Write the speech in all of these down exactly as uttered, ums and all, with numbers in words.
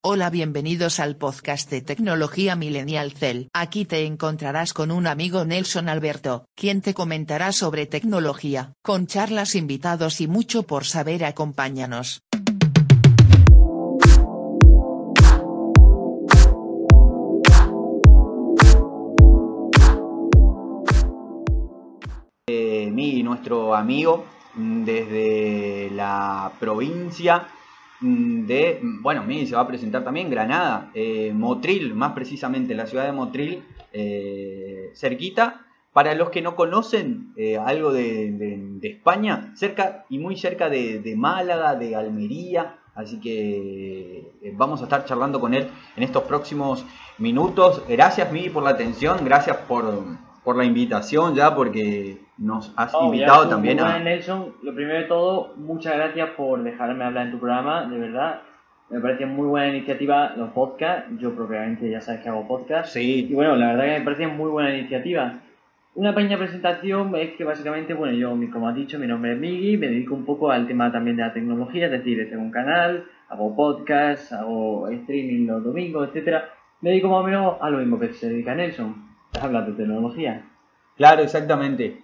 Hola, bienvenidos al podcast de Tecnología Millennial Cell. Aquí te encontrarás con un amigo Nelson Alberto, quien te comentará sobre tecnología, con charlas, invitados y mucho por saber. Acompáñanos. Eh, mi, nuestro amigo desde la provincia de, bueno, Miguel se va a presentar también, Granada, eh, Motril, más precisamente, la ciudad de Motril, eh, cerquita. Para los que no conocen eh, algo de, de, de España, cerca y muy cerca de, de Málaga, de Almería, así que eh, vamos a estar charlando con él en estos próximos minutos. Gracias, Miguel, por la atención, gracias por, por la invitación ya, porque nos has oh, invitado ya, también a... Nelson, lo primero de todo, muchas gracias por dejarme hablar en tu programa, de verdad. Me parece muy buena iniciativa los podcasts. Yo propiamente ya sabes que hago podcast. Sí. Y bueno, la verdad que me parece muy buena iniciativa. Una pequeña presentación es que básicamente, bueno, yo, como has dicho, mi nombre es Migi, me dedico un poco al tema también de la tecnología, es decir, tengo un canal, hago podcast, hago streaming los domingos, etcétera. Me dedico más o menos a lo mismo que se dedica Nelson, hablar de tecnología. Claro, exactamente.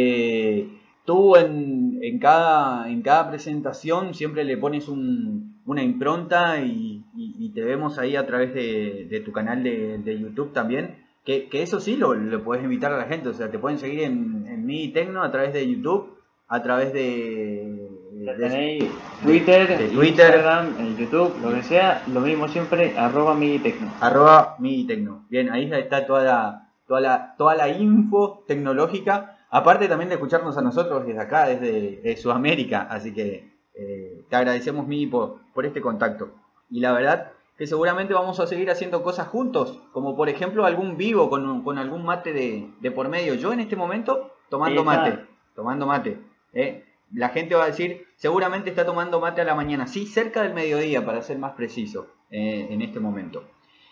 Eh, tú en, en, cada, en cada presentación siempre le pones un, una impronta y, y, y te vemos ahí a través de, de tu canal de, de YouTube también, que, que eso sí lo, lo puedes invitar a la gente, o sea, te pueden seguir en, en Mi Tecno a través de YouTube, a través de... de tenéis Twitter, de, de Twitter, Instagram, en YouTube, lo que sea, lo mismo siempre, arroba Mi Tecno. Arroba Mi Tecno. Bien, ahí está toda la, toda la, toda la info tecnológica. Aparte también de escucharnos a nosotros desde acá, desde, desde Sudamérica. Así que eh, te agradecemos, Mi, por, por este contacto. Y la verdad que seguramente vamos a seguir haciendo cosas juntos. Como por ejemplo algún vivo con, con algún mate de, de por medio. Yo en este momento tomando mate. Tomando mate. ¿eh? La gente va a decir, seguramente está tomando mate a la mañana. Sí, cerca del mediodía, para ser más preciso, eh, en este momento.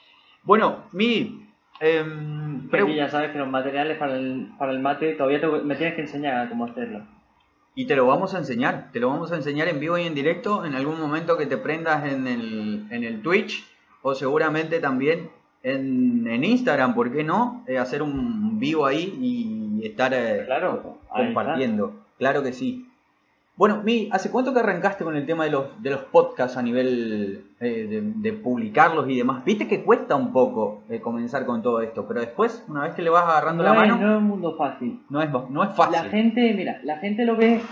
Bueno, Mi... Eh, pero ya sabes que los materiales para el, para el mate todavía te, me tienes que enseñar cómo hacerlo. Y te lo vamos a enseñar, te lo vamos a enseñar en vivo y en directo en algún momento que te prendas en el, en el Twitch o seguramente también en, en Instagram, ¿por qué no? Eh, hacer un vivo ahí y estar eh, claro, compartiendo. Claro que sí. Bueno, Mi, ¿hace cuánto que arrancaste con el tema de los, de los podcasts a nivel eh, de, de publicarlos y demás? Viste que cuesta un poco eh, comenzar con todo esto, pero después, una vez que le vas agarrando no la es, mano... No es un mundo fácil. No es, no es fácil. La gente, mira, la gente lo ve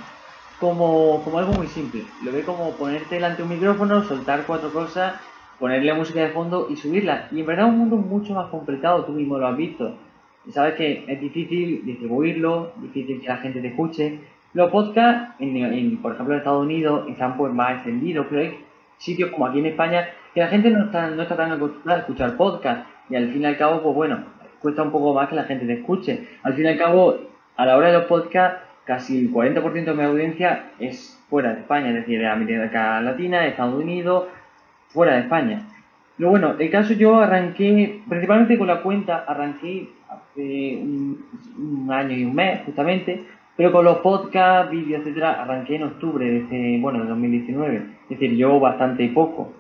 como, como algo muy simple. Lo ve como ponerte delante de un micrófono, soltar cuatro cosas, ponerle música de fondo y subirla. Y en verdad es un mundo mucho más complicado, tú mismo lo has visto. Y sabes que es difícil distribuirlo, difícil que la gente te escuche. Los podcasts, en, en, por ejemplo en Estados Unidos, están pues más extendidos, pero hay sitios como aquí en España que la gente no está, no está tan acostumbrada a escuchar podcasts y al fin y al cabo, pues bueno, cuesta un poco más que la gente te escuche. Al fin y al cabo, a la hora de los podcasts, casi el cuarenta por ciento de mi audiencia es fuera de España, es decir, de América Latina, Estados Unidos, fuera de España. Pero bueno, el caso yo arranqué, principalmente con la cuenta, arranqué hace un, un año y un mes justamente, pero con los podcasts, vídeos, etcétera, arranqué en octubre de este, bueno, de dos mil diecinueve. Es decir, llevo bastante poco.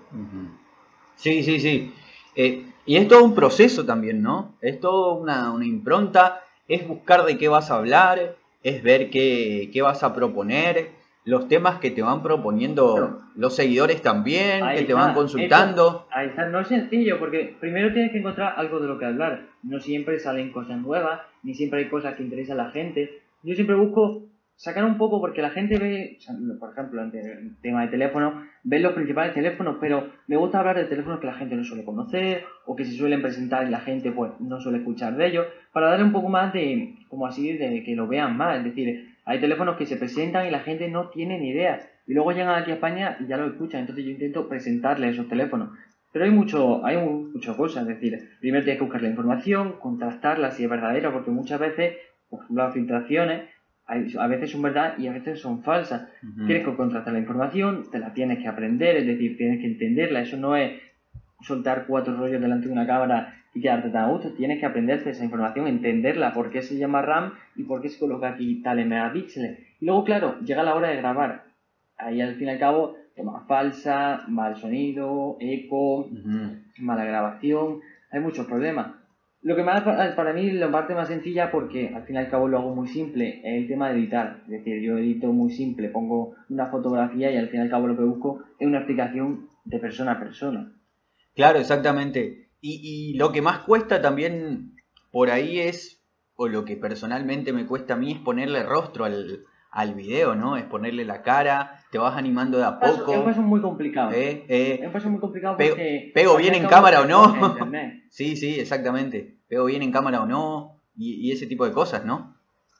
Sí, sí, sí. Eh, y es todo un proceso también, ¿no? Es todo una, una impronta, es buscar de qué vas a hablar, es ver qué, qué vas a proponer, los temas que te van proponiendo pero, los seguidores también, que te está, van consultando. Eso, ahí está, no es sencillo, porque primero tienes que encontrar algo de lo que hablar. No siempre salen cosas nuevas, ni siempre hay cosas que interesan a la gente. Yo siempre busco sacar un poco, porque la gente ve, por ejemplo, en el tema de teléfono, ven los principales teléfonos, pero me gusta hablar de teléfonos que la gente no suele conocer, o que se suelen presentar y la gente pues no suele escuchar de ellos, para darle un poco más de, como así, de que lo vean más. Es decir, hay teléfonos que se presentan y la gente no tiene ni idea, y luego llegan aquí a España y ya lo escuchan, entonces yo intento presentarles esos teléfonos. Pero hay mucho, hay muchas cosas, es decir, primero tienes que buscar la información, contrastarla si es verdadera, porque muchas veces, por ejemplo, las filtraciones, a veces son verdad y a veces son falsas. Uh-huh. Tienes que contrastar la información, te la tienes que aprender, es decir, tienes que entenderla. Eso no es soltar cuatro rollos delante de una cámara y quedarte tan a gusto. Tienes que aprenderte esa información, entenderla, por qué se llama RAM y por qué se coloca aquí tales megapíxeles. Y luego, claro, llega la hora de grabar. Ahí al fin y al cabo toma falsa, mal sonido, eco, Ujú. mala grabación, hay muchos problemas. Lo que más para mí la parte más sencilla, porque al fin y al cabo lo hago muy simple, es el tema de editar. Es decir, yo edito muy simple, pongo una fotografía y al fin y al cabo lo que busco es una explicación de persona a persona. Claro, exactamente. Y, y lo que más cuesta también por ahí es, o lo que personalmente me cuesta a mí, es ponerle rostro al, al video, ¿no? Es ponerle la cara, te vas animando de a Paso, es un poco. paso muy complicado. Eh, eh, Es un paso muy complicado pego, porque... pego al fin bien y al en cabo, cámara o lo que buscas en no. internet. Sí, sí, exactamente. Pego bien en cámara o no. Y, y ese tipo de cosas, ¿no?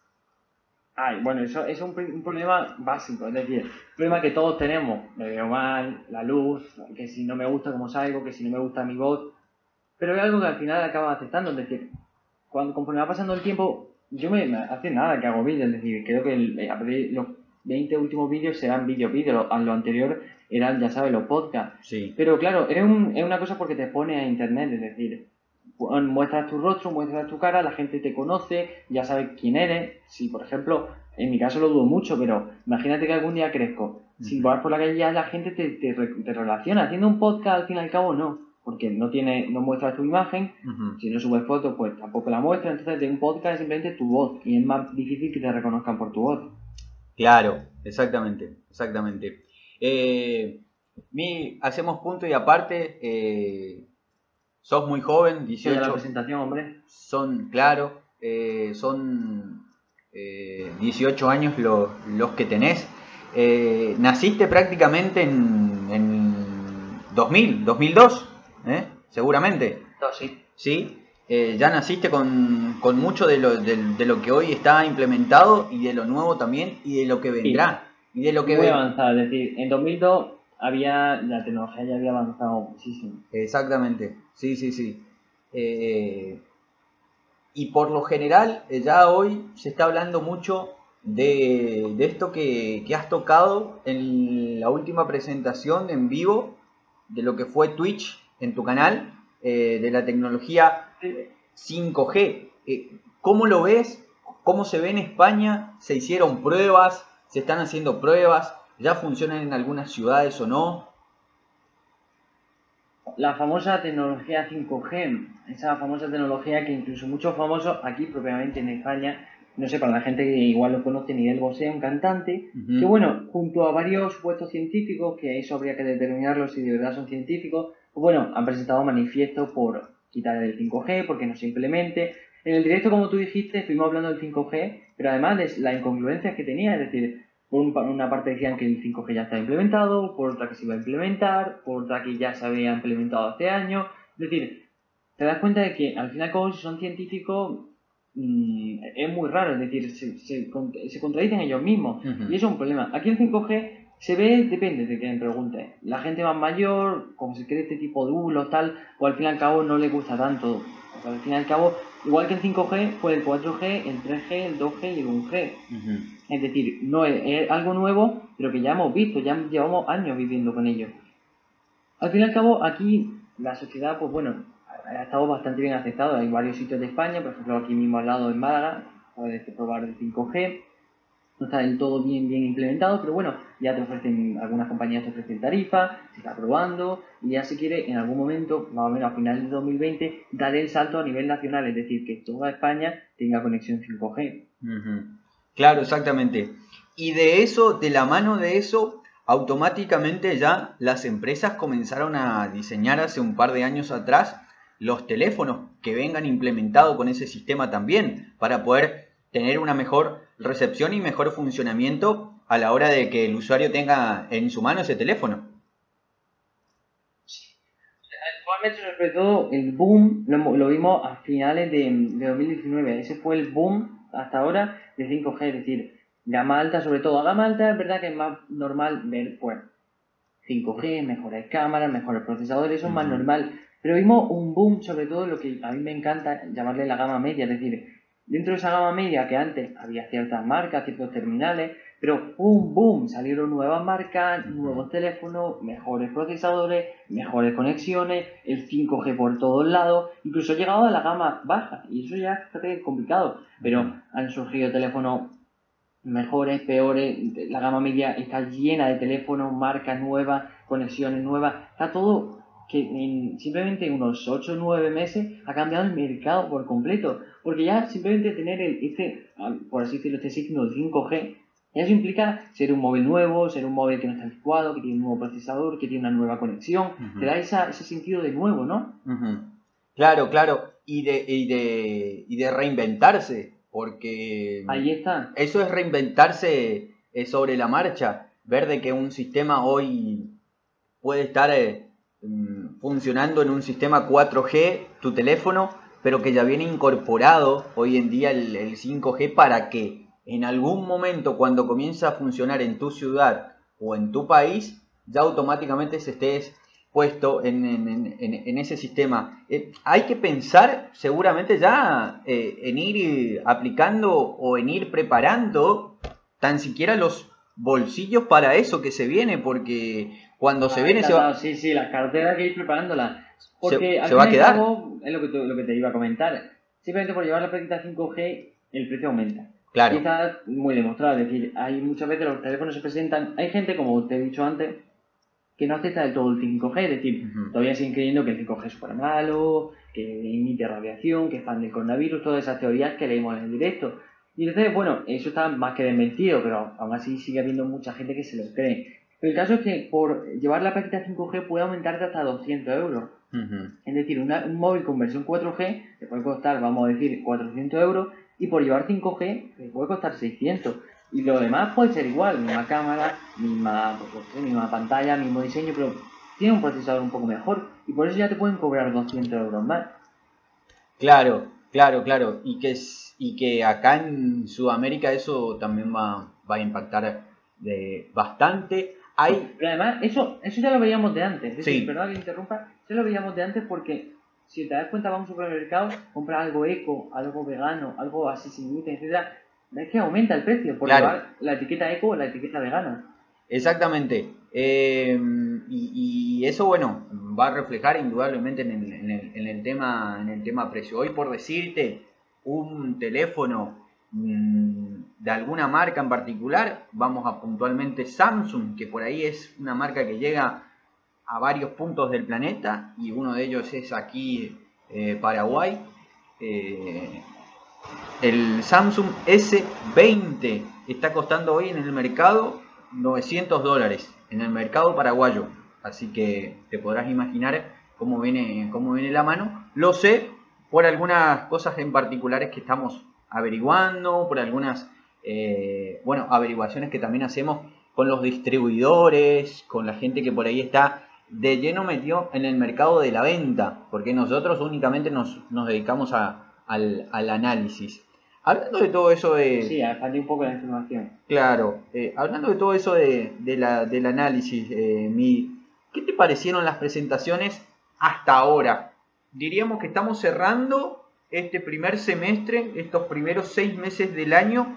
Ay, bueno, eso, eso es un, un problema básico, es decir, un problema que todos tenemos. Me veo mal, la luz, que si no me gusta cómo salgo, que si no me gusta mi voz. Pero es algo que al final acabas aceptando, es decir, cuando, conforme va pasando el tiempo, yo me, me hace nada que hago vídeos, es decir, creo que el, eh, los veinte últimos vídeos serán vídeos, vídeos, lo, lo anterior eran, ya sabes, los podcasts. Sí. Pero claro, es, un, es una cosa porque te pone a internet, es decir, muestras tu rostro, muestras tu cara, la gente te conoce, ya sabe quién eres. Si, por ejemplo, en mi caso lo dudo mucho, pero imagínate que algún día crezco. Si vas por la calle ya la gente te, te, te relaciona. Haciendo un podcast, al fin y al cabo, no. Porque no tiene, no muestras tu imagen. Uh-huh. Si no subes fotos, pues tampoco la muestras. Entonces, de un podcast es simplemente tu voz. Y es más difícil que te reconozcan por tu voz. Claro, exactamente, exactamente. Eh, mi, hacemos punto y aparte. Eh, sos muy joven, dieciocho. La presentación, hombre. Son, claro, eh, son eh, dieciocho años lo, los que tenés. Eh, naciste prácticamente en, en dos mil, dos mil dos, ¿eh? Seguramente. No, sí. Sí, eh, ya naciste con, con mucho de lo, de, de lo que hoy está implementado y de lo nuevo también y de lo que vendrá. Sí. Y de lo que muy ven... avanzado, es decir, en dos mil dos había, la tecnología ya había avanzado muchísimo. Exactamente, sí, sí, sí. Eh, y por lo general, ya hoy se está hablando mucho de, de esto que, que has tocado en la última presentación en vivo de lo que fue Twitch en tu canal, eh, de la tecnología cinco G. Eh, ¿Cómo lo ves? ¿Cómo se ve en España? ¿Se hicieron pruebas? ¿Se están haciendo pruebas? ¿Ya funcionan en algunas ciudades o no? La famosa tecnología cinco G, esa famosa tecnología que incluso muchos famosos aquí propiamente en España, no sé, para la gente que igual lo conoce, Miguel Bosé, un cantante, uh-huh. que bueno, junto a varios supuestos científicos, que eso habría que determinarlo si de verdad son científicos, pues bueno, han presentado manifiestos por quitar el cinco G, porque no se implemente. En el directo, como tú dijiste, estuvimos hablando del cinco G, pero además de las incongruencias que tenía, es decir, por una parte decían que el cinco G ya está implementado, por otra que se iba a implementar, por otra que ya se había implementado hace años. Es decir, te das cuenta de que al final, como si son científicos, mmm, es muy raro, es decir, se, se, se contradicen ellos mismos. Uh-huh. Y eso es un problema. Aquí el cinco G se ve, depende de quien pregunte. La gente más mayor, como se cree este tipo de bulos, tal, o al fin y al cabo no le gusta tanto. O sea, al fin y al cabo, igual que el cinco G, fue el cuatro G, el tres G, el dos G y el uno G. Uh-huh. Es decir, no es, es algo nuevo, pero que ya hemos visto, ya llevamos años viviendo con ello. Al fin y al cabo, aquí la sociedad, pues bueno, ha estado bastante bien aceptada. Hay varios sitios de España, por ejemplo, aquí mismo al lado en Málaga, puedes probar el cinco G. No está del todo bien, bien implementado, pero bueno, ya te ofrecen, algunas compañías te ofrecen tarifas, se está probando, y ya se quiere en algún momento, más o menos a finales de dos mil veinte, dar el salto a nivel nacional, es decir, que toda España tenga conexión cinco G. Uh-huh. Claro, exactamente. Y de eso, de la mano de eso, automáticamente ya las empresas comenzaron a diseñar hace un par de años atrás los teléfonos que vengan implementados con ese sistema también, para poder tener una mejor recepción y mejor funcionamiento a la hora de que el usuario tenga en su mano ese teléfono. Sí. Actualmente, sobre todo, el boom lo, lo vimos a finales de, de dos mil diecinueve. Ese fue el boom hasta ahora de cinco G, es decir, gama alta, sobre todo. A gama alta es verdad que es más normal ver, pues, cinco G, mejores cámaras, mejores procesadores, eso es más uh-huh. normal. Pero vimos un boom, sobre todo, lo que a mí me encanta llamarle la gama media, es decir, dentro de esa gama media que antes había ciertas marcas, ciertos terminales, pero ¡pum! ¡Boom! Salieron nuevas marcas, nuevos teléfonos, mejores procesadores, mejores conexiones, el cinco G por todos lados, incluso ha llegado a la gama baja, y eso ya está complicado, pero han surgido teléfonos mejores, peores, la gama media está llena de teléfonos, marcas nuevas, conexiones nuevas, está todo que en simplemente unos ocho o nueve meses ha cambiado el mercado por completo, porque ya simplemente tener el, este, por así decirlo, este signo de cinco G, ya eso implica ser un móvil nuevo, ser un móvil que no está anticuado, que tiene un nuevo procesador, que tiene una nueva conexión, uh-huh. Te da esa, ese sentido de nuevo, ¿no? Uh-huh. Claro, claro, y de, y de, y de reinventarse, porque ahí está. Eso es reinventarse sobre la marcha, ver de que un sistema hoy puede estar eh, funcionando en un sistema cuatro G, tu teléfono, pero que ya viene incorporado hoy en día el, el cinco G para que en algún momento cuando comienza a funcionar en tu ciudad o en tu país, ya automáticamente se estés puesto en, en, en, en ese sistema. Eh, hay que pensar seguramente ya eh, en ir aplicando o en ir preparando tan siquiera los bolsillos para eso que se viene, porque cuando ah, se viene se va... Sí, sí, las carteras hay que ir preparándolas. Porque se, al se va a quedar. Cabo, es lo que, te, lo que te iba a comentar. Simplemente por llevar la plaquita cinco G, el precio aumenta. Claro. Y está muy demostrado. Es decir, hay muchas veces los teléfonos se presentan... Hay gente, como te he dicho antes, que no acepta del todo el cinco G, es decir, uh-huh. todavía siguen creyendo que el cinco G es súper malo, que emite radiación, que es fan del coronavirus, todas esas teorías que leímos en el directo. Y entonces, bueno, eso está más que desmentido, pero aún así sigue habiendo mucha gente que se lo cree. Pero el caso es que por llevar la plaquita cinco G puede aumentarte hasta doscientos euros. Uh-huh. Es decir, una, un móvil con versión cuatro G te puede costar, vamos a decir, cuatrocientos euros, y por llevar cinco G te puede costar seiscientos. Y lo demás puede ser igual, misma cámara, misma, pues, misma pantalla, mismo diseño, pero tiene un procesador un poco mejor y por eso ya te pueden cobrar doscientos euros más. Claro, claro, claro. Y que, y que acá en Sudamérica eso también va, va a impactar de bastante. Hay... Pero además, eso, eso ya lo veíamos de antes. Es sí. decir, perdón que interrumpa, eso lo veíamos de antes porque si te das cuenta, vamos a un supermercado, compras algo eco, algo vegano, algo así sin gluten, etcétera. Es que aumenta el precio por claro. llevar la etiqueta eco o la etiqueta vegana. Exactamente. Eh, y, y eso, bueno, va a reflejar indudablemente en el, en, el, en, el tema, en el tema precio. Hoy, por decirte, un teléfono mmm, de alguna marca en particular, vamos a puntualmente Samsung, que por ahí es una marca que llega a varios puntos del planeta, y uno de ellos es aquí, eh, Paraguay. Eh, El Samsung ese veinte está costando hoy en el mercado novecientos dólares, en el mercado paraguayo. Así que te podrás imaginar cómo viene, cómo viene la mano. Lo sé por algunas cosas en particulares que estamos averiguando, por algunas eh, bueno, averiguaciones que también hacemos con los distribuidores, con la gente que por ahí está de lleno metido en el mercado de la venta, porque nosotros únicamente nos, nos dedicamos a, al, al análisis. Hablando de todo eso de... Sí, expandir un poco la información. Claro, eh, hablando de todo eso de, de la, del análisis, eh, mi, ¿qué te parecieron las presentaciones hasta ahora? Diríamos que estamos cerrando este primer semestre, estos primeros seis meses del año,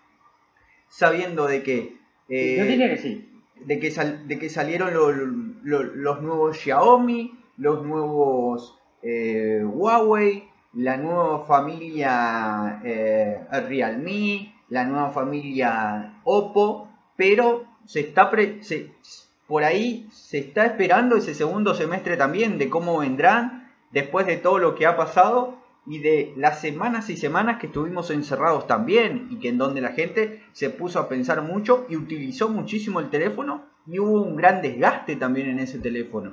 sabiendo de que... Eh, Yo diría que sí. De que, sal, de que salieron lo, lo, los nuevos Xiaomi, los nuevos eh, Huawei, la nueva familia eh, Realme, la nueva familia Oppo, pero se está pre, se, por ahí se está esperando ese segundo semestre también de cómo vendrán después de todo lo que ha pasado y de las semanas y semanas que estuvimos encerrados también, y que en donde la gente se puso a pensar mucho y utilizó muchísimo el teléfono y hubo un gran desgaste también en ese teléfono.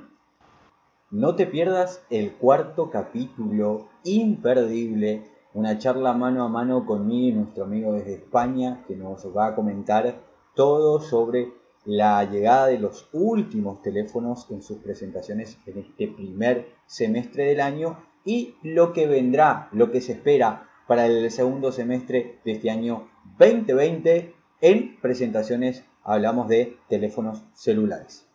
No te pierdas el cuarto capítulo imperdible, una charla mano a mano conmigo y nuestro amigo desde España, que nos va a comentar todo sobre la llegada de los últimos teléfonos en sus presentaciones en este primer semestre del año y lo que vendrá, lo que se espera para el segundo semestre de este año veinte veinte. En presentaciones hablamos de teléfonos celulares.